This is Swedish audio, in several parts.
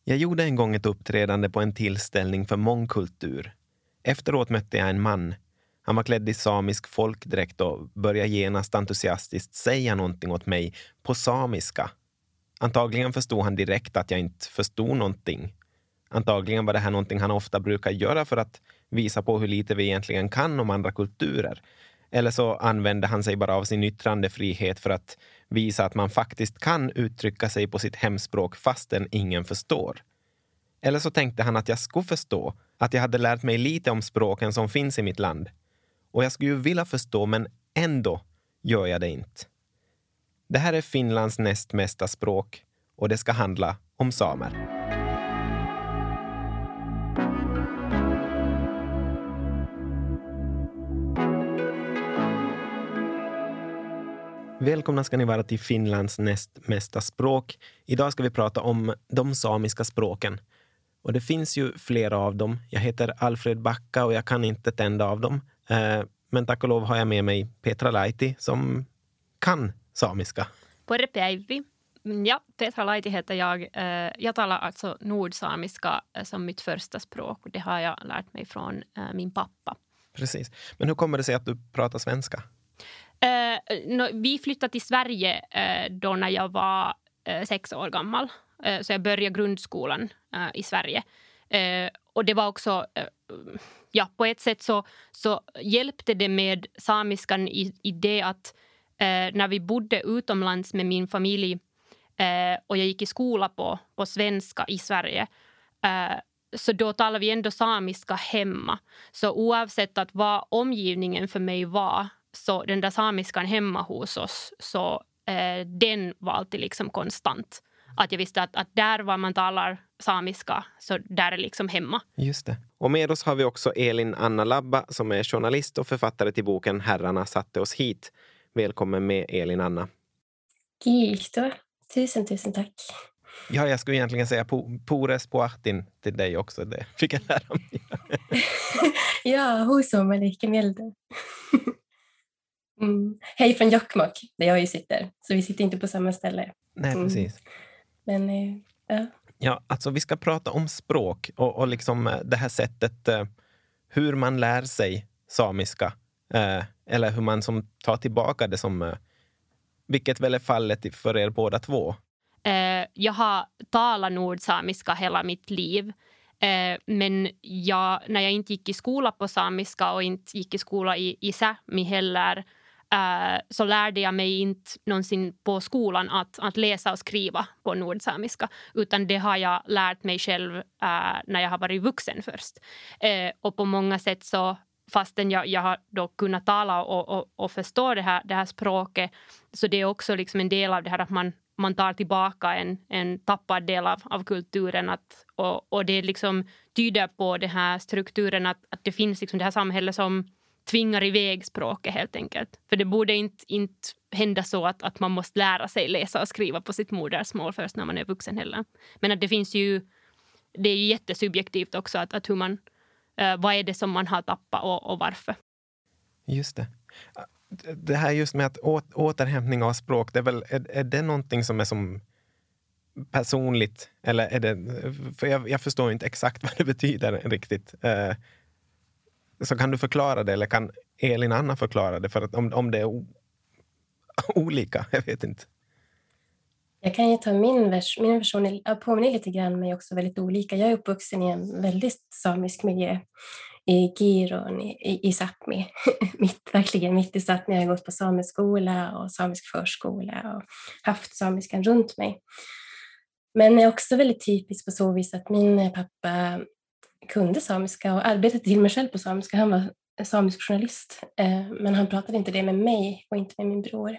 Jag gjorde en gång ett uppträdande på en tillställning för mångkultur. Efteråt mötte jag en man. Han var klädd i samisk folkdräkt och började genast entusiastiskt säga någonting åt mig på samiska. Antagligen förstod han direkt att jag inte förstod någonting. Antagligen var det här någonting han ofta brukar göra för att visa på hur lite vi egentligen kan om andra kulturer. Eller så använde han sig bara av sin yttrandefrihet för att visa att man faktiskt kan uttrycka sig på sitt hemspråk fastän ingen förstår. Eller så tänkte han att jag skulle förstå, att jag hade lärt mig lite om språken som finns i mitt land. Och jag skulle ju vilja förstå, men ändå gör jag det inte. Det här är Finlands näst mesta språk och det ska handla om samer. Välkomna ska ni vara till Finlands näst mesta språk. Idag ska vi prata om de samiska språken. Och det finns ju flera av dem. Jag heter Alfred Backa och jag kan inte ett enda av dem. Men tack och lov har jag med mig Petra Laiti som kan samiska. Porre Päivi. Ja, Petra Laiti heter jag. Jag talar alltså nordsamiska som mitt första språk. Det har jag lärt mig från min pappa. Precis. Men hur kommer det sig att du pratar svenska? Vi flyttade till Sverige då när jag var 6 år gammal. Så jag började grundskolan i Sverige. Och det var också, på ett sätt så hjälpte det med samiskan i det att när vi bodde utomlands med min familj och jag gick i skola på svenska i Sverige, så då talade vi ändå samiska hemma. Så oavsett att vad omgivningen för mig var, så den där samiskan hemma hos oss, så den var alltid liksom konstant. Att jag visste att där var man talar samiska, så där är liksom hemma. Just det. Och med oss har vi också Elin Anna Labba som är journalist och författare till boken Herrarna satte oss hit. Välkommen med Elin Anna. Kiitos. Tusen tack. Ja, jag skulle egentligen säga Pores Puahtin till dig också. Det fick jag lära mig. Ja, huusoomaliikki mieltä. Hej från Jokkmokk, där jag ju sitter. Så vi sitter inte på samma ställe. Nej, precis. Men, ja. Ja, alltså vi ska prata om språk och liksom det här sättet hur man lär sig samiska. Eller hur man som tar tillbaka det som, vilket väl är fallet för er båda två. Jag har talat nordsamiska hela mitt liv. Men när jag inte gick i skola på samiska och inte gick i skola i Sápmi heller, så lärde jag mig inte någonsin på skolan att läsa och skriva på nordsamiska. Utan det har jag lärt mig själv när jag har varit vuxen först. Och på många sätt så, fastän jag har då kunnat tala och förstå det här språket, så det är också liksom en del av det här att man tar tillbaka en tappad del av kulturen. Och det liksom tyder på den här strukturen att det finns liksom det här samhället som tvingar iväg språket helt enkelt. För det borde inte hända så att man måste lära sig läsa och skriva på sitt modersmål först när man är vuxen heller. Men att det finns ju, det är ju jättesubjektivt också att hur man, vad är det som man har tappat och varför. Just det. Det här just med att återhämtning av språk, det är väl, är det någonting som är som personligt? Eller är det, för jag förstår inte exakt vad det betyder riktigt. Så kan du förklara det, eller kan Elin Anna förklara det? För att om det är olika, jag vet inte. Jag kan ju ta min version, påminner lite grann men också väldigt olika. Jag är uppvuxen i en väldigt samisk miljö i Giron, i Sápmi. Verkligen mitt i Sápmi. Jag har gått på sameskola och samisk förskola och haft samiskan runt mig. Men det är också väldigt typiskt på så vis att min pappa kunde samiska och arbetade till mig själv på samiska. Han var samisk journalist, men han pratade inte det med mig och inte med min bror.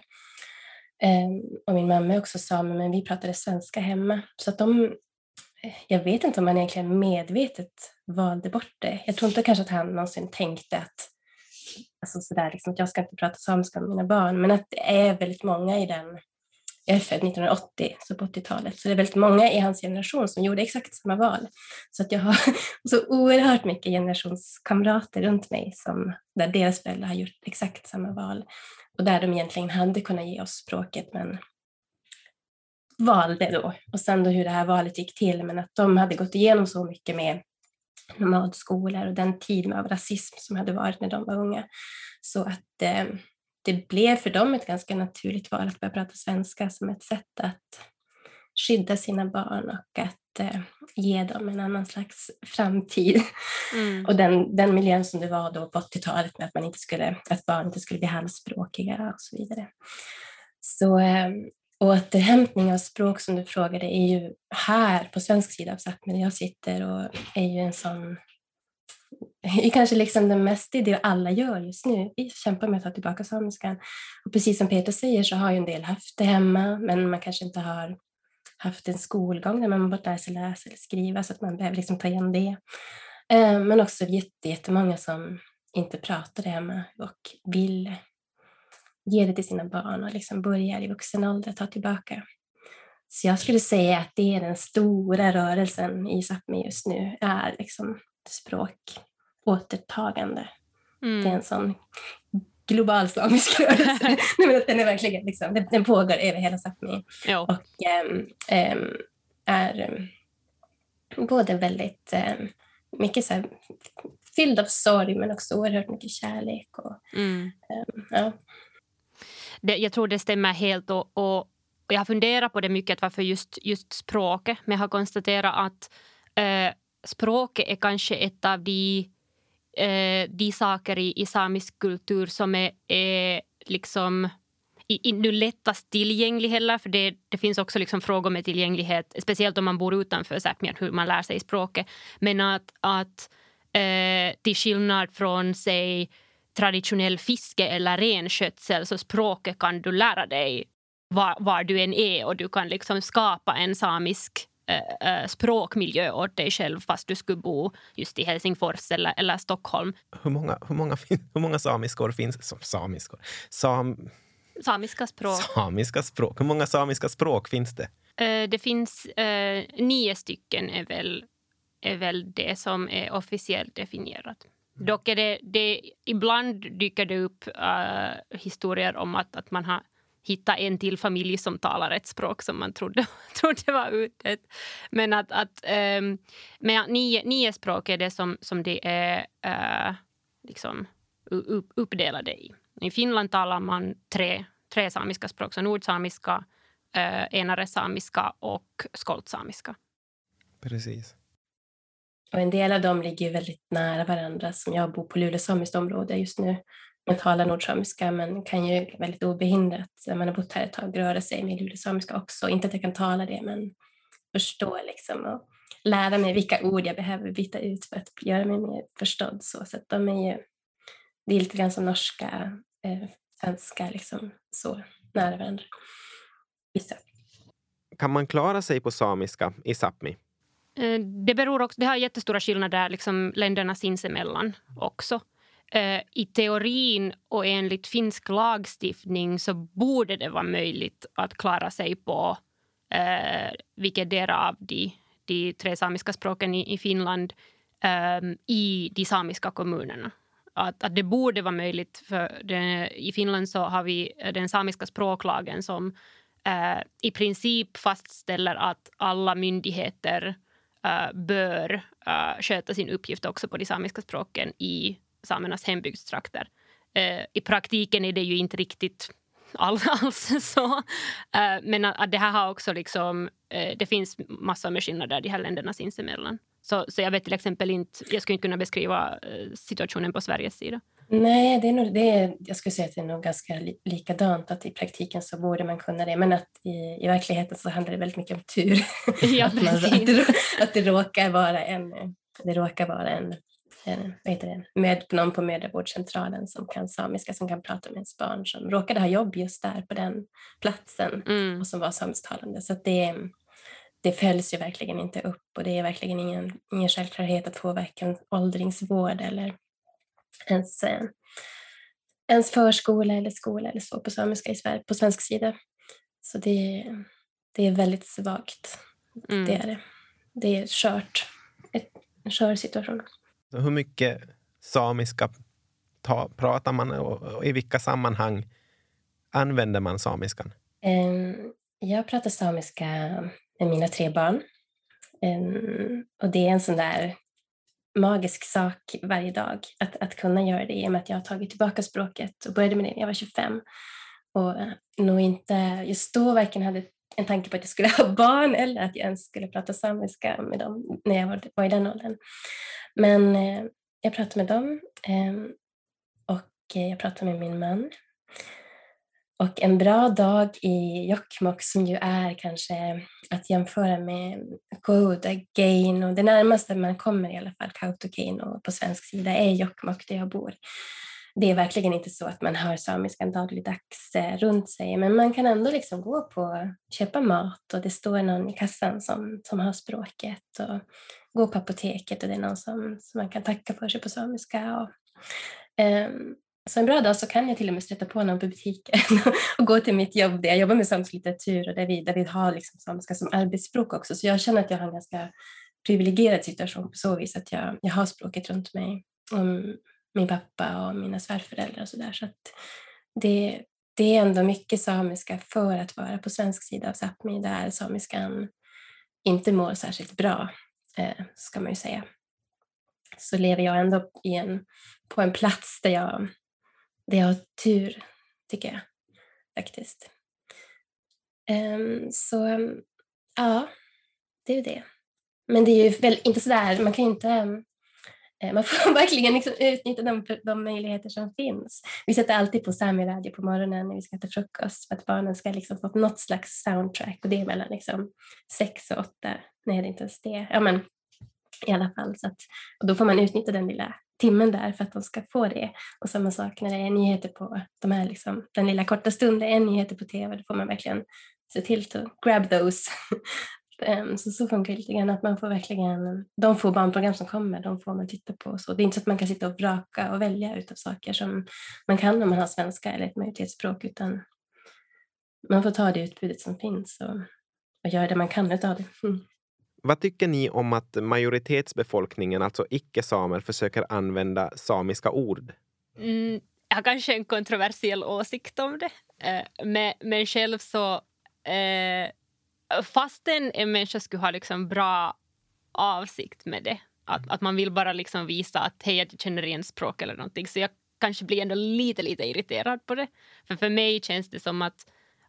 Och min mamma är också same, men vi pratade svenska hemma. Så att jag vet inte om han egentligen medvetet valde bort det. Jag tror inte kanske att han någonsin tänkte att, alltså sådär, liksom, att jag ska inte prata samiska med mina barn. Men att det är väldigt många i den, jag är född 1980, så på 80-talet. Så det är väldigt många i hans generation som gjorde exakt samma val. Så att jag har så oerhört mycket generationskamrater runt mig där deras föräldrar har gjort exakt samma val. Och där de egentligen hade kunnat ge oss språket, men valde då. Och sen då hur det här valet gick till, men att de hade gått igenom så mycket med nomadskolor och den tiden av rasism som hade varit när de var unga. Så att det blev för dem ett ganska naturligt val att börja prata svenska som ett sätt att skydda sina barn och att ge dem en annan slags framtid. Och den miljön som det var då på 80-talet med att barn inte skulle bli halvspråkiga och så vidare. Så återhämtning av språk som du frågade är ju här på svensk sida av Sápmi där jag sitter och är ju en sån, är kanske liksom det mest det alla gör just nu. Vi kämpar med att ta tillbaka samiskan. Och precis som Peter säger så har ju en del haft det hemma, men man kanske inte har haft en skolgång där man bara lär sig läsa eller skriva, så att man behöver liksom ta igen det. Men också jättemånga som inte pratar det hemma och vill ge det till sina barn och liksom börjar i vuxen ålder ta tillbaka. Så jag skulle säga att det är den stora rörelsen i Sápmi just nu, är liksom språkåtertagande. Det är en sån global samisk rörelse. Men att den är verkligen liksom, den pågår över hela Sápmi. Och är både väldigt mycket så här, fylld av sorg, men också oerhört mycket kärlek. Och, ja. Jag tror det stämmer helt, och jag har funderat på det mycket, varför just språket. Men jag har konstaterat att språket är kanske ett av de saker i samisk kultur som är liksom inte lättast tillgänglig heller, för det finns också liksom frågor med tillgänglighet, speciellt om man bor utanför Sápmi, hur man lär sig språket. Men att till skillnad från sig traditionell fiske eller renskötsel, så språket kan du lära dig var du än är, och du kan liksom skapa en samisk språkmiljö åt dig själv fast du skulle bo just i Helsingfors eller Stockholm. Hur många samiskor finns som samiskor? Samiska språk. Samiska språk. Hur många samiska språk finns det? Det finns 9 stycken är väl det som är officiellt definierat. Dock är det ibland dyker det upp historier om att man har hittat en till familj som talar ett språk som man trodde var utdött. Men men 9 språk är det som det är liksom uppdelade i. I Finland talar man tre samiska språk, så nordsamiska, enaresamiska och skoltsamiska. Precis. Och en del av dem ligger väldigt nära varandra. Som jag bor på Luleå samiskt område just nu. Man talar nordsamiska, men kan ju väldigt obehindrat, när man har bott här ett tag, röra sig med Luleå samiska också. Inte att jag kan tala det, men förstå liksom, och lära mig vilka ord jag behöver byta ut för att göra mig mer förstådd. Så att det är lite grann som norska, svenska, liksom, så nära varandra. Vissa. Kan man klara sig på samiska i Sápmi? Det beror också, det har jättestora skillnader liksom länderna sinsemellan också. I teorin och enligt finsk lagstiftning så borde det vara möjligt att klara sig på vilket delar av de 3 samiska språken i Finland i de samiska kommunerna. Att det borde vara möjligt, för i Finland så har vi den samiska språklagen som i princip fastställer att alla myndigheter bör sköta sin uppgift också på de samiska språken i samernas hembygdstrakter. I praktiken är det ju inte riktigt alls så. Men att det här har också liksom, det finns massor med skillnader de här länderna sinsemellan. Så jag vet till exempel inte, jag skulle inte kunna beskriva situationen på Sveriges sida. Nej, jag skulle säga att det är nog ganska likadant, att i praktiken så borde man kunna det, men att i verkligheten så handlar det väldigt mycket om tur. Ja, att det råkar vara någon på mödravårdscentralen som kan samiska, som kan prata med ens barn, som råkade ha jobb just där på den platsen och som var samisktalande. Så att det följs ju verkligen inte upp, och det är verkligen ingen självklarhet att få varken åldringsvård eller ens förskola eller skola eller så på samiska i Sverige, på svensk sida. Så det är väldigt svagt. Det är det. Det är skört. En skör situation. Så hur mycket samiska pratar man, och i vilka sammanhang använder man samiskan? Jag pratar samiska med mina 3 barn. Och det är en sån där magisk sak varje dag att kunna göra det, i och med att jag har tagit tillbaka språket och började med det när jag var 25. Och nog inte just då varken hade en tanke på att jag skulle ha barn eller att jag ens skulle prata samiska med dem när jag var i den åldern. Men jag pratar med dem och jag pratar med min man. Och en bra dag i Jokkmokk, som ju är kanske att jämföra med Kautokeino, och det närmaste man kommer i alla fall Kautokeino på svensk sida är Jokkmokk där jag bor. Det är verkligen inte så att man hör samiskan dagligdags runt sig, men man kan ändå liksom gå på köpa mat och det står någon i kassan som har språket, och gå på apoteket och det är någon som man kan tacka för sig på samiska. Och, så en bra dag så kan jag till och med stöta på någon på butiken och gå till mitt jobb där jag jobbar med samisk litteratur och där vi har liksom samiska som arbetsspråk också. Så jag känner att jag har en ganska privilegierad situation på så vis att jag har språket runt mig. Min pappa och mina svärföräldrar och sådär. Så att det är ändå mycket samiska för att vara på svensk sida av Sápmi, där samiskan inte mår särskilt bra, ska man ju säga. Så lever jag ändå på en plats där jag har tur, tycker jag faktiskt. Så ja, det är ju det. Men det är ju väl inte sådär, man kan inte... Man får verkligen liksom utnyttja de möjligheter som finns. Vi sätter alltid på Sámi radio på morgonen när vi ska äta frukost för att barnen ska liksom få något slags soundtrack, och det är mellan liksom 6 och 8. Nej, det är inte ens det. Ja, men i alla fall. Och då får man utnyttja den lilla timmen där för att de ska få det. Och samma sak när det är nyheter på liksom, den lilla korta stunden, är nyheter på tv, då får man verkligen se till att grab those. Så funkar det lite grann, att man får verkligen, de få barnprogram som kommer, de får man titta på. Så det är inte så att man kan sitta och vraka och välja utav saker som man kan om man har svenska eller ett majoritetsspråk, utan man får ta det utbudet som finns och göra det man kan utav det. Vad tycker ni om att majoritetsbefolkningen, alltså icke-samer, försöker använda samiska ord? Jag har kanske en kontroversiell åsikt om det. Men själv så... fastän en människa skulle ha liksom bra avsikt med det, att man vill bara liksom visa att hej, jag känner igen språk eller någonting, så jag kanske blir ändå lite irriterad på det. För mig känns det som att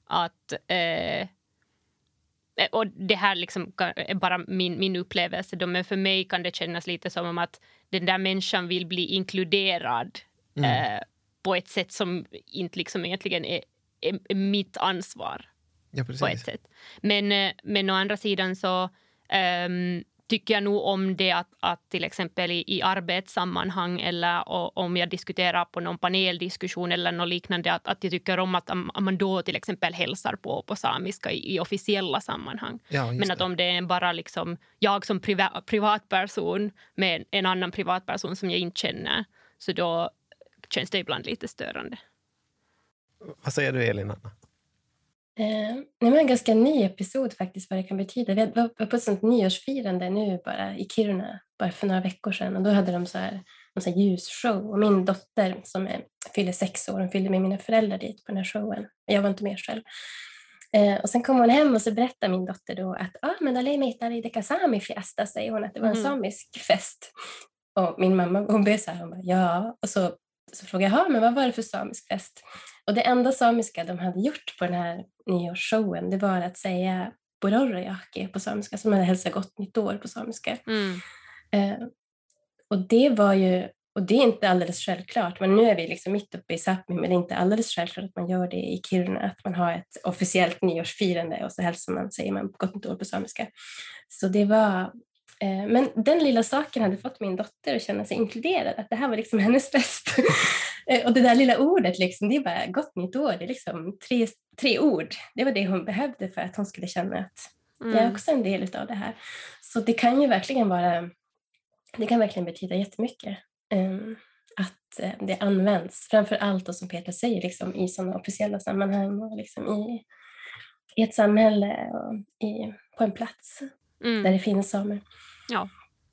och det här liksom är bara min upplevelse då, men för mig kan det kännas lite som om att den där människan vill bli inkluderad på ett sätt som inte liksom egentligen är mitt ansvar. Ja, precis. På ett sätt. Men å andra sidan så tycker jag nog om det att till exempel i arbetssammanhang eller om jag diskuterar på någon paneldiskussion eller något liknande, att jag tycker om att man då till exempel hälsar på samiska i officiella sammanhang. Ja, men att om det är bara liksom jag som privatperson med en annan privatperson som jag inte känner, så då känns det ibland lite störande. Vad säger du, Elina? Det var en ganska ny episod faktiskt, vad det kan betyda. Vi var på ett sånt nyårsfirande nu bara i Kiruna bara för några veckor sedan, och då hade de en så här ljusshow, och min dotter som fyller 6 år, hon fyllde med mina föräldrar dit på den här showen. Jag var inte med själv. Och sen kom hon hem och så berättade min dotter då att men alla metar i Deka Sami fiesta, säger hon, att det var en samisk fest. Och min mamma, hon blev så här, hon bara, ja, och så frågade jag, men vad var det för samisk fest? Och det enda samiska de hade gjort på den här nyårsshowen, det var att säga bororojaki på samiska, som hade hälsat gott nytt år på samiska. Och det var ju, och det är inte alldeles självklart, men nu är vi liksom mitt uppe i Sápmi, men det är inte alldeles självklart att man gör det i Kiruna, att man har ett officiellt nyårsfirande och så säger man gott nytt år på samiska. Så det var... Men den lilla saken hade fått min dotter att känna sig inkluderad, att det här var liksom hennes fest. Och det där lilla ordet, liksom, det är bara gott nytt år, det är liksom 3 ord. Det var det hon behövde för att hon skulle känna att jag är också en del av det här. Så det kan ju verkligen betyda jättemycket att det används, framför allt, och som Petra säger, liksom, i sådana officiella sammanhang och liksom i ett samhälle och på en plats. Där det finns samer. Ja.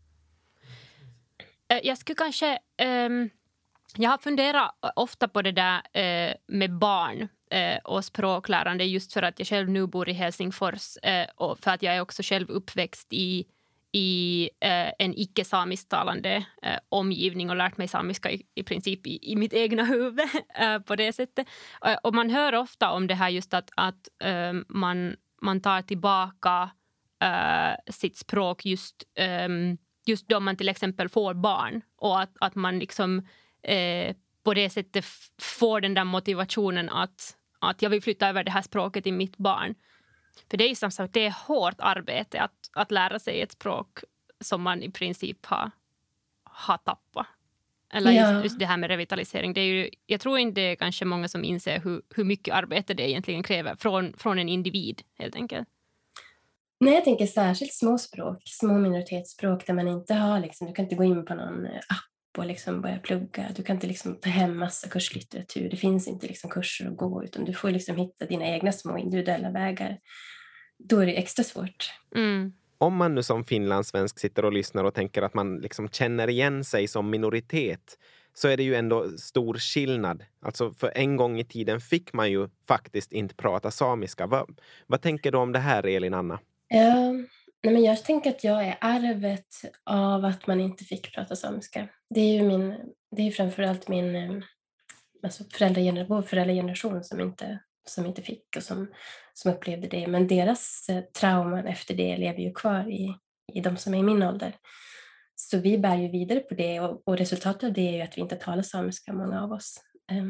Jag skulle kanske... jag har funderat ofta på det där med barn. och språklärande just för att jag själv nu bor i Helsingfors och för att jag är också själv uppväxt i en icke-samisktalande omgivning och lärt mig samiska i princip i mitt egna huvud på det sättet. Och man hör ofta om det här just att man tar tillbaka sitt språk just då man till exempel får barn och att man liksom på det sättet får den där motivationen att jag vill flytta över det här språket i mitt barn. För det är som sagt, det är hårt arbete att lära sig ett språk som man i princip har tappat. Eller just det här med revitalisering. Det är ju, jag tror inte det är kanske många som inser hur mycket arbete det egentligen kräver från en individ helt enkelt. Nej, jag tänker särskilt små minoritetsspråk där man inte har liksom, du kan inte gå in på någon app och liksom börja plugga. Du kan inte liksom ta hem massa kurslitteratur. Det finns inte liksom kurser att gå, utan du får liksom hitta dina egna små individuella vägar. Då är det extra svårt. Mm. Om man nu som finlandssvensk sitter och lyssnar och tänker att man liksom känner igen sig som minoritet, så är det ju ändå stor skillnad. Alltså för en gång i tiden fick man ju faktiskt inte prata samiska. Vad tänker du om det här, Elin Anna? Nej, men jag tänker att jag är arvet av att man inte fick prata samiska. Det är ju framförallt min alltså föräldrageneration som inte fick och som upplevde det. Men deras trauman efter det lever ju kvar i de som är i min ålder. Så vi bär ju vidare på det och resultatet av det är ju att vi inte talar samiska, många av oss.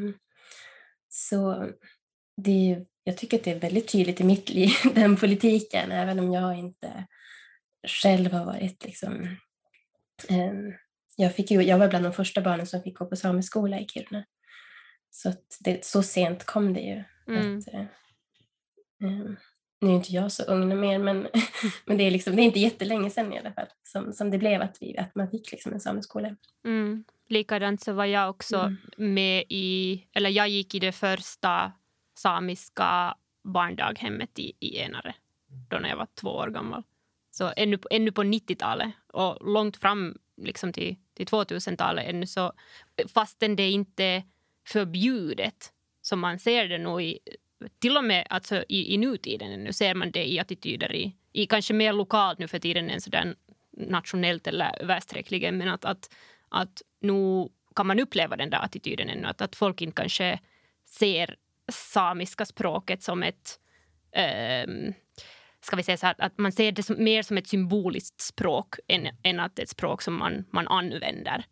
Så jag tycker att det är väldigt tydligt i mitt liv, den politiken, även om jag inte själv har varit liksom... Jag var bland de första barnen som fick gå på sameskola i Kiruna. Så att så sent kom det ju. Nu är inte jag så ung mer, men det är inte jättelänge sedan i alla fall som det blev att man fick liksom en sameskola. Likadant så var jag också med eller jag gick i det första samiska barndaghemmet i Enare då när jag var 2 år gammal. Så ännu på 90-talet och långt fram liksom till 2000-talet ännu, så fastän det inte är förbjudet som man ser det nog till och med alltså i nutiden. Nu ser man det i attityder i kanske mer lokalt nu för tiden än sådär nationellt eller översträckligen, men att nu kan man uppleva den där attityden ännu, att folk inte kanske ser samiska språket som ett ska vi säga så här, att man ser det mer som ett symboliskt språk än att ett språk som man använder.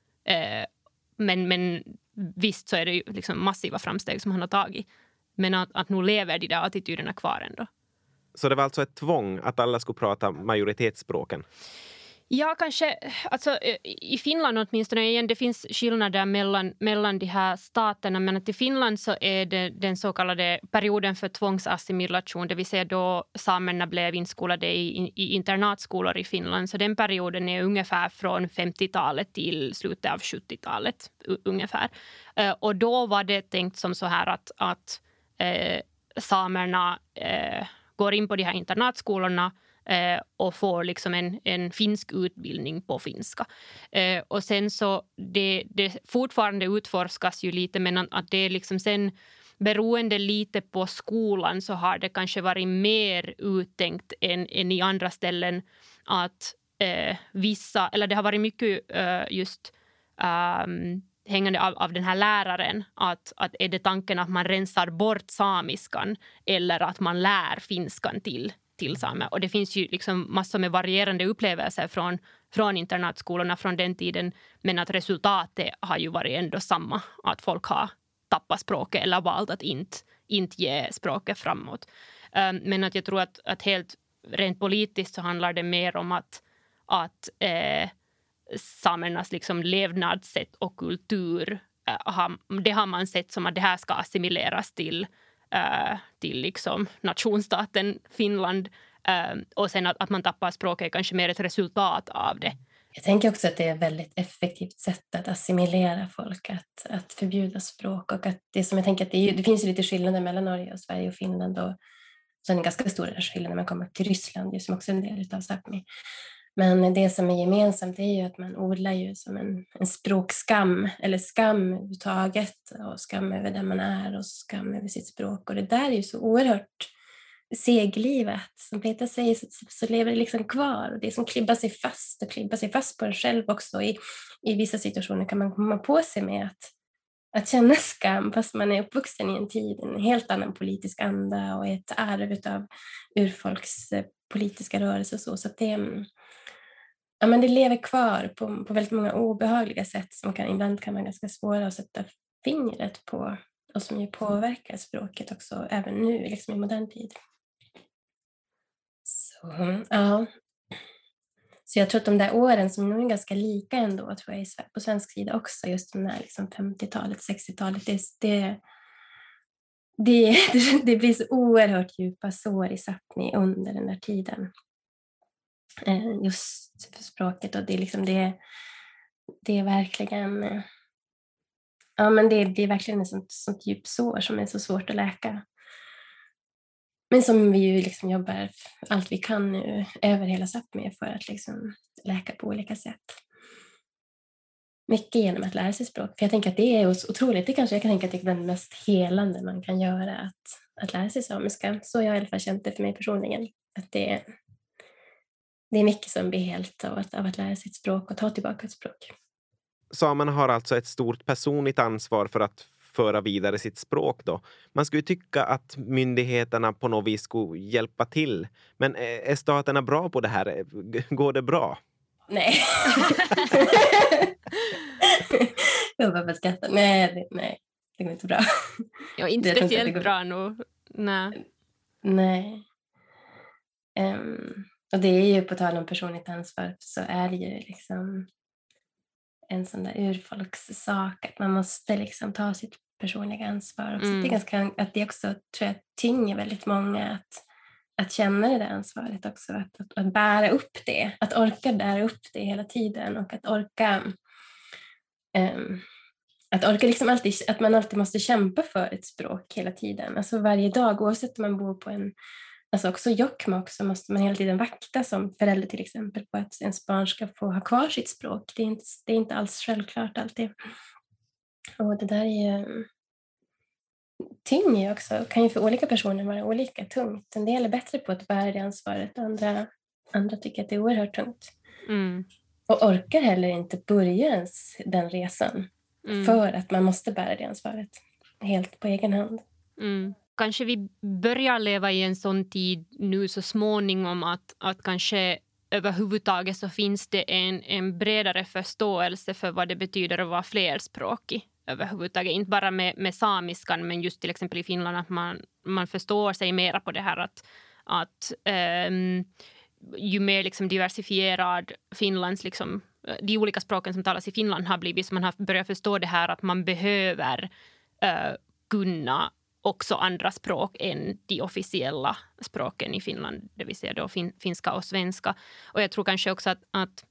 Men visst så är det ju liksom massiva framsteg som man har tagit. Men att nu lever de där attityderna kvar ändå. Så det var alltså ett tvång att alla skulle prata majoritetsspråken? Ja, kanske. Alltså, i Finland åtminstone igen, det finns skillnader mellan de här staterna. Men att i Finland så är det den så kallade perioden för tvångsassimilation. Det vill säga då samerna blev inskolade i internatskolor i Finland. Så den perioden är ungefär från 50-talet till slutet av 70-talet ungefär. Och då var det tänkt som så här att samerna går in på de här internatskolorna och får liksom en finsk utbildning på finska. Och sen så det fortfarande utforskas ju lite, men att det är liksom sen beroende lite på skolan så har det kanske varit mer uttänkt än i andra ställen att vissa, eller det har varit mycket just hängande av den här läraren att är det tanken att man rensar bort samiskan eller att man lär finskan till samer. Och det finns ju liksom massor med varierande upplevelser från internatskolorna från den tiden, men att resultatet har ju varit ändå samma, att folk har tappat språket eller valt att inte ge språket framåt. Men att jag tror att helt rent politiskt så handlar det mer om att samernas liksom levnadssätt och kultur det har man sett som att det här ska assimileras till liksom nationstaten Finland, och sen att man tappar språket är kanske mer ett resultat av det. Jag tänker också att det är ett väldigt effektivt sätt att assimilera folk, att förbjuda språk, och att det som jag tänker att det finns ju lite skillnader mellan Norge och Sverige och Finland, och sen en ganska stor skillnad när man kommer till Ryssland som också är en del av Sápmi. Men det som är gemensamt är ju att man odlar ju som en språkskam, eller skam överhuvudtaget, och skam över där man är och skam över sitt språk. Och det där är ju så oerhört seglivet. Som Peter säger så lever det liksom kvar, och det som klibbar sig fast på en själv också. I vissa situationer kan man komma på sig med att känna skam fast man är uppvuxen i en tid, en helt annan politisk anda och ett arv av urfolks politiska rörelser och så att det lever kvar på väldigt många obehagliga sätt som ibland kan vara ganska svåra att sätta fingret på, och som ju påverkar språket också även nu liksom i modern tid. Så jag tror att de där åren som nog är ganska lika ändå, tror jag, på svensk sida också, just de där liksom 50-talet, 60-talet, det blir så oerhört djupa sår i Sápmi under den där tiden. Just för språket, och det är liksom det är verkligen det är verkligen ett sånt djupt sår som är så svårt att läka. Men som vi ju liksom jobbar allt vi kan nu över hela Sápmi för att liksom läka på olika sätt. Mycket genom att lära sig språk. För jag tänker att det är otroligt. Jag kan tänka att det är det mest helande man kan göra, att lära sig samiska. Så jag har i alla fall känt det för mig personligen. Att det är mycket som blir helt av att lära sig ett språk och ta tillbaka ett språk. Samerna har alltså ett stort personligt ansvar för att föra vidare sitt språk då. Man skulle tycka att myndigheterna på något vis skulle hjälpa till. Men är staterna bra på det här? Går det bra? Nej. Jag bara skrattar. Nej, det går inte bra. Ja, inte speciellt bra nu. Nej. Och det är ju, på tal om personligt ansvar, så är det ju liksom en sån där urfolkssak att man måste liksom ta sitt personliga ansvar också. Det är ganska, att det också, tror jag, tynger väldigt många att känna det där ansvaret också, att bära upp det, att orka bära upp det hela tiden, och att orka liksom alltid, att man alltid måste kämpa för ett språk hela tiden, alltså varje dag, oavsett om man bor på alltså också Jokkmokk, så måste man hela tiden vakta som förälder till exempel på att ens barn ska få ha kvar sitt språk. Det är inte alls självklart alltid. Och det där är ju tyngd också, kan ju för olika personer vara olika tungt. En del är bättre på att bära det ansvaret, andra tycker att det är oerhört tungt. Och orkar heller inte börja ens den resan för att man måste bära det ansvaret helt på egen hand. Kanske vi börjar leva i en sån tid nu så småningom att kanske överhuvudtaget så finns det en bredare förståelse för vad det betyder att vara flerspråkig överhuvudtaget. Inte bara med samiskan, men just till exempel i Finland att man förstår sig mera på det här att ju mer liksom diversifierad Finlands liksom, de olika språken som talas i Finland har blivit, så man har börjat förstå det här att man behöver kunna också andra språk än de officiella språken i Finland, det vill säga då finska och svenska. Och jag tror kanske också att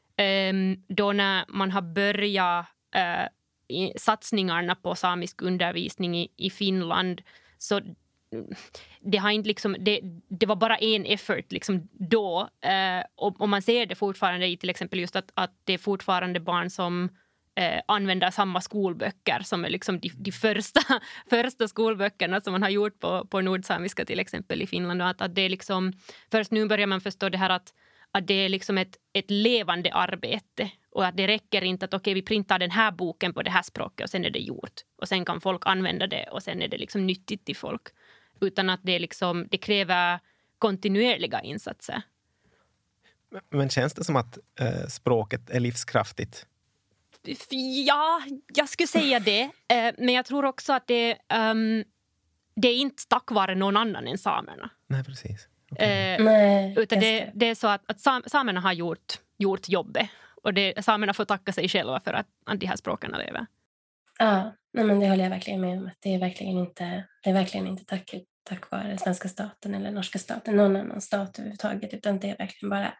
då när man har börjat satsningarna på samisk undervisning i Finland, så det har inte liksom, det var bara en effort liksom då, och man ser det fortfarande i till exempel just att det är fortfarande barn som använder samma skolböcker som är liksom de första skolböckerna som man har gjort på nordsamiska till exempel i Finland, och att det är liksom, först nu börjar man förstå det här att det är liksom ett levande arbete, och att det räcker inte att vi printar den här boken på det här språket och sen är det gjort och sen kan folk använda det och sen är det liksom nyttigt till folk, utan att det är liksom, det kräver kontinuerliga insatser. Men känns det som att språket är livskraftigt? Ja, jag skulle säga det. Men jag tror också att det är inte tack vare någon annan än samerna. Nej, precis. Utan det är så att samerna har gjort jobbet. Och samerna får tacka sig själva för att de här språken lever. Ja, men det håller jag verkligen med om. Att det är verkligen inte tack vare svenska staten eller norska staten, någon annan stat överhuvudtaget, utan det är verkligen bara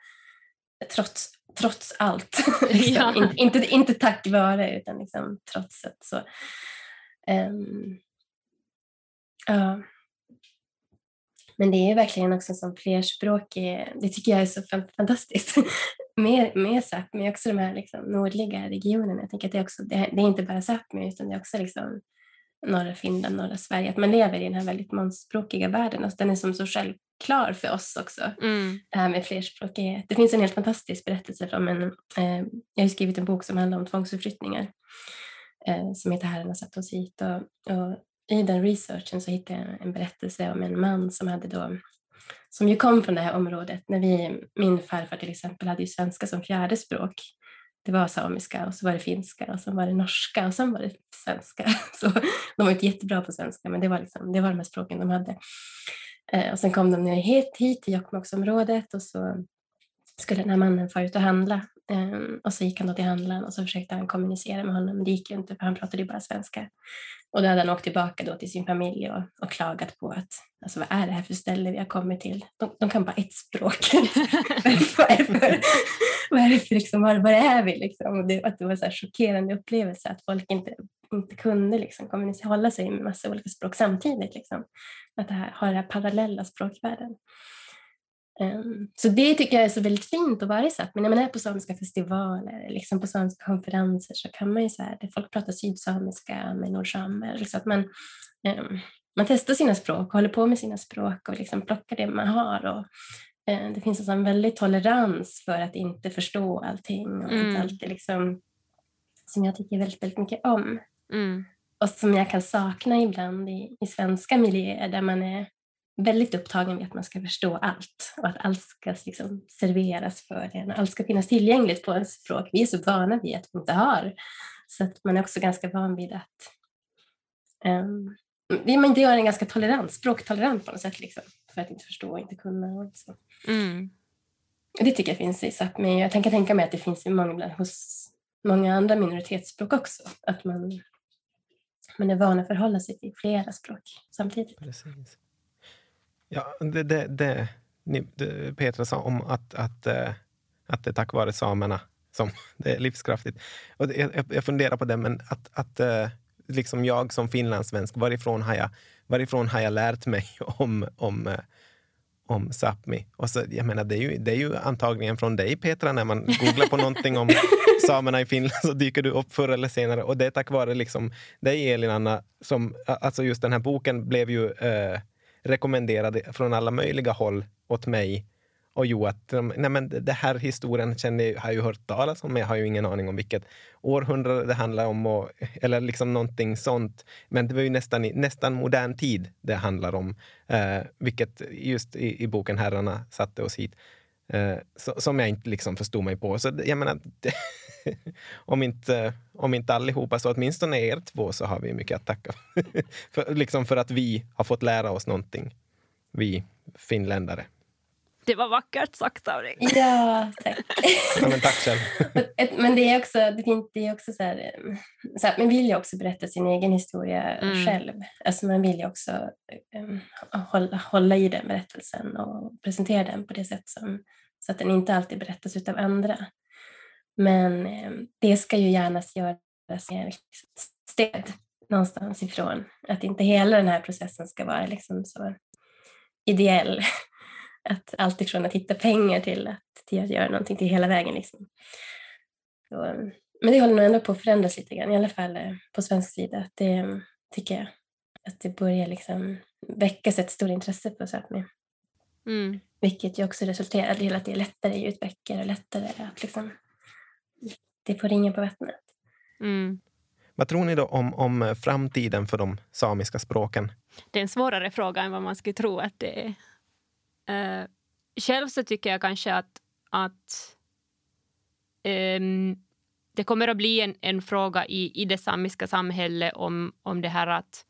trots allt. Liksom. Ja. Inte tack vare, utan liksom trots att så. Ja. Men det är ju verkligen också som flerspråkig, det tycker jag är så fantastiskt med Sápmi, också de här liksom nordliga regionerna. Jag tänker att det är inte bara Sápmi, utan det är också liksom norra Finland, norra Sverige, att man lever i den här väldigt mångspråkiga världen. Alltså den är som så självklar för oss också, det här med flerspråkighet. Det finns en helt fantastisk berättelse från jag har skrivit en bok som handlar om tvångsförflyttningar som heter Herrarna satte oss hit, och i den researchen så hittade jag en berättelse om en man som ju kom från det här området. Min farfar till exempel hade ju svenska som fjärde språk. Det var samiska, och så var det finska, och så var det norska, och sen var det svenska. Så de var inte jättebra på svenska, men det var de här språken de hade. Och sen kom de ner hit till Jokkmokksområdet, och så skulle den här mannen få ut och handla. Och så gick han då till handlaren, och så försökte han kommunicera med honom, men det gick ju inte, för han pratade ju bara svenska. Och då hade han åkt tillbaka då till sin familj och klagat på att, alltså, vad är det här för ställe vi har kommit till? De kan bara ett språk. Vad är det för liksom, var är vi liksom? Och att det var så här chockerande upplevelse att folk inte kunde liksom hålla sig med massa olika språk samtidigt liksom. Att ha det här parallella språkvärlden. Så det tycker jag är så väldigt fint att vara i Sápmi. När man är på samiska festivaler, liksom på samiska konferenser, så kan man ju så här, folk pratar sydsamiska med nordsamer, så att man testar sina språk och håller på med sina språk och liksom plockar det man har, och det finns en väldigt tolerans för att inte förstå allting och inte alltid liksom, som jag tycker väldigt, väldigt mycket om. Och som jag kan sakna ibland i svenska miljöer, där man är väldigt upptagen med att man ska förstå allt och att allt ska liksom serveras för en. Allt ska finnas tillgängligt på ens språk. Vi är så vana vid att vi inte har. Så att man är också ganska van vid att man har en ganska språktolerant på något sätt liksom, för att inte förstå och inte kunna. Och så. Det tycker jag finns i Sápmi. Jag tänka mig att det finns hos många andra minoritetsspråk också. Att man är van att förhålla sig till flera språk samtidigt. Precis. Ja, det Petra sa om att det är tack vare samerna som det är livskraftigt. Och jag funderar på det, men att liksom jag som finlandssvensk, varifrån har jag lärt mig om Sápmi? Och så, jag menar, det är ju antagligen från dig, Petra, när man googlar på någonting om samerna i Finland, så dyker du upp förr eller senare. Och det är tack vare liksom dig, Elin Anna, som, alltså just den här boken blev ju rekommenderad från alla möjliga håll åt mig och jo, att det här historien har jag ju hört talas om, men jag har ju ingen aning om vilket århundrade det handlar om, eller liksom någonting sånt. Men det var ju nästan modern tid det handlar om, vilket just i boken Herrarna satte oss hit, som jag inte liksom förstod mig på. Så jag menar, om inte allihopa, så åtminstone er två, så har vi mycket att tacka för att vi har fått lära oss någonting, vi finländare. Det var vackert sagt av dig. Ja, tack. Ja, men tack själv. Men det är också så här, man vill ju också berätta sin egen historia själv. Alltså man vill ju också hålla i den berättelsen och presentera den på det sätt så att den inte alltid berättas utav andra. Men det ska ju gärna göras med stöd någonstans ifrån. Att inte hela den här processen ska vara liksom så ideell. Att allt ifrån att hitta pengar till att göra någonting till hela vägen. Liksom. Så, men det håller nog ändå på att förändras lite grann. I alla fall på svensk sida. Att det tycker jag. Att det börjar liksom väckas ett stort intresse på Sápmi. Vilket ju också resulterar i att det är lättare att ge ut böcker och lättare att liksom, det får ringa på vattnet. Vad tror ni då om framtiden för de samiska språken? Det är en svårare fråga än vad man skulle tro att det är. Själv så tycker jag kanske att det kommer att bli en fråga i det samiska samhället om det här att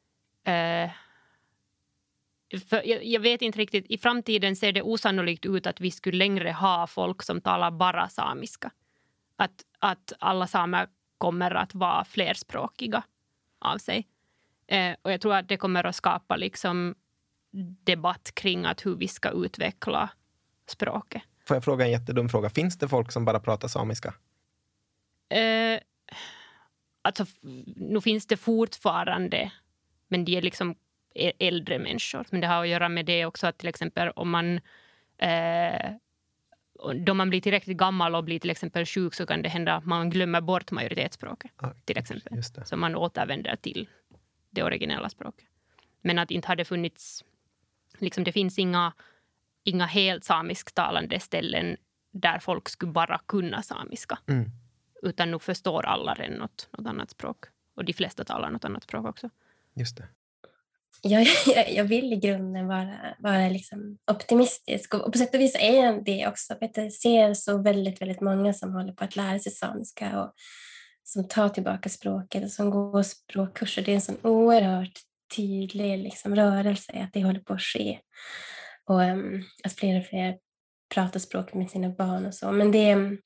för jag vet inte riktigt, i framtiden ser det osannolikt ut att vi skulle längre ha folk som talar bara samiska. Att alla samer kommer att vara flerspråkiga av sig. Och jag tror att det kommer att skapa liksom debatt kring att hur vi ska utveckla språket. Får jag fråga en jättedum fråga? Finns det folk som bara pratar samiska? Alltså, nu finns det fortfarande, men de är liksom äldre människor. Men det har att göra med det också att till exempel om man då man blir tillräckligt gammal och blir till exempel sjuk så kan det hända att man glömmer bort majoritetsspråket till exempel. Så man återvänder till det originella språket. Men att inte hade funnits, liksom det finns inga helt samisktalande ställen där folk skulle bara kunna samiska. Utan nu förstår alla redan något annat språk. Och de flesta talar något annat språk också. Just det. Jag vill i grunden vara liksom optimistisk. Och på sätt och vis är jag det också. Jag ser så väldigt, väldigt många som håller på att lära sig samiska och som tar tillbaka språket och som går språkkurser. Det är en sån oerhört tydlig liksom rörelse att det håller på att ske. Och att fler och fler pratar språk med sina barn och så. Men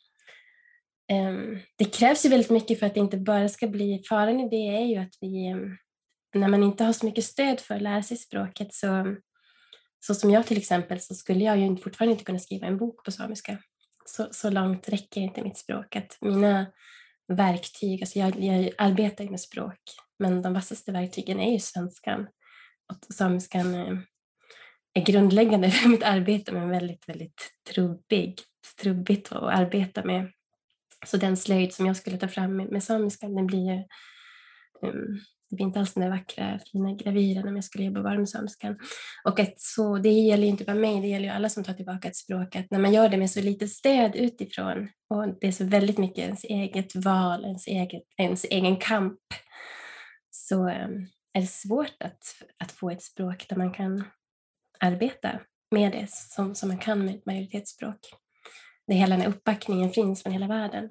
det krävs ju väldigt mycket för att det inte bara ska bli faran i det är ju att vi, när man inte har så mycket stöd för att lära sig språket så som jag till exempel så skulle jag ju fortfarande inte kunna skriva en bok på samiska. Så långt räcker inte mitt språk. Att mina verktyg, alltså jag arbetar ju med språk men de vassaste verktygen är ju svenskan. Och samiskan är grundläggande för mitt arbete men väldigt, väldigt trubbigt att arbeta med. Så den slöjd som jag skulle ta fram med samiskan, den blir ju det blir inte alls den där vackra, fina gravyren om jag skulle jobba bara med samiskan. Och så, det gäller ju inte bara mig, det gäller ju alla som tar tillbaka ett språk. Att när man gör det med så lite stöd utifrån och det är så väldigt mycket ens eget val, ens egen kamp så är det svårt att få ett språk där man kan arbeta med det som man kan med ett majoritetsspråk. Där hela den här uppbackningen finns från hela världen.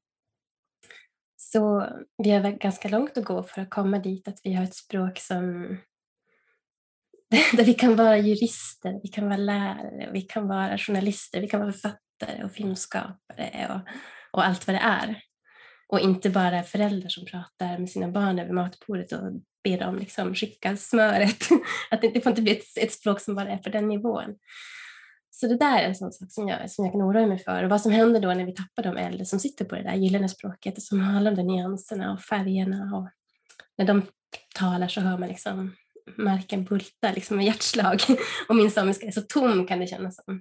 Så vi har ganska långt att gå för att komma dit att vi har ett språk där vi kan vara jurister, vi kan vara lärare, vi kan vara journalister, vi kan vara författare och filmskapare och allt vad det är. Och inte bara föräldrar som pratar med sina barn över matbordet och ber dem liksom skicka smöret. Att det får inte bli ett språk som bara är på den nivån. Så det där är en sån sak som jag kan oroa mig för. Och vad som händer då när vi tappar de äldre som sitter på det där gyllene språket och som har alla de nyanserna och färgerna. Och när de talar så hör man liksom marken bulta liksom med hjärtslag. Och min samiska är så tom kan det kännas som.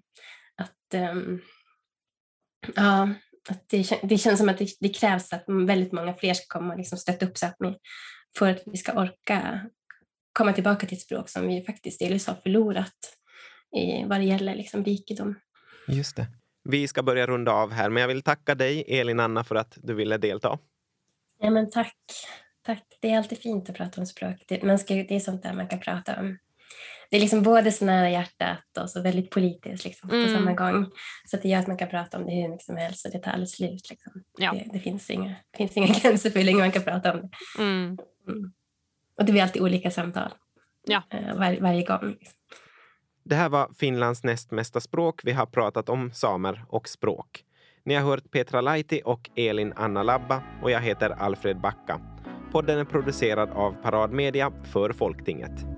Att det känns som att det krävs att väldigt många fler ska komma och liksom stötta upp Sápmi för att vi ska orka komma tillbaka till ett språk som vi faktiskt delvis har förlorat vad det gäller liksom rikedom. Just det. Vi ska börja runda av här, men jag vill tacka dig, Elin Anna, för att du ville delta. Ja, men tack. Det är alltid fint att prata om språk. Det är sånt där man kan prata om. Det är liksom både så nära hjärtat och så väldigt politiskt liksom, på samma gång. Så att det gör att man kan prata om det hur mycket som helst och det tar aldrig slut. Liksom. Ja. Det finns inga gränser för hur länge man kan prata om det. Och det blir alltid olika samtal. Ja. Varje gång. Liksom. Det här var Finlands nästmesta språk. Vi har pratat om samer och språk. Ni har hört Petra Laiti och Elin Anna Labba och jag heter Alfred Backa. Podden är producerad av Parad Media för Folktinget.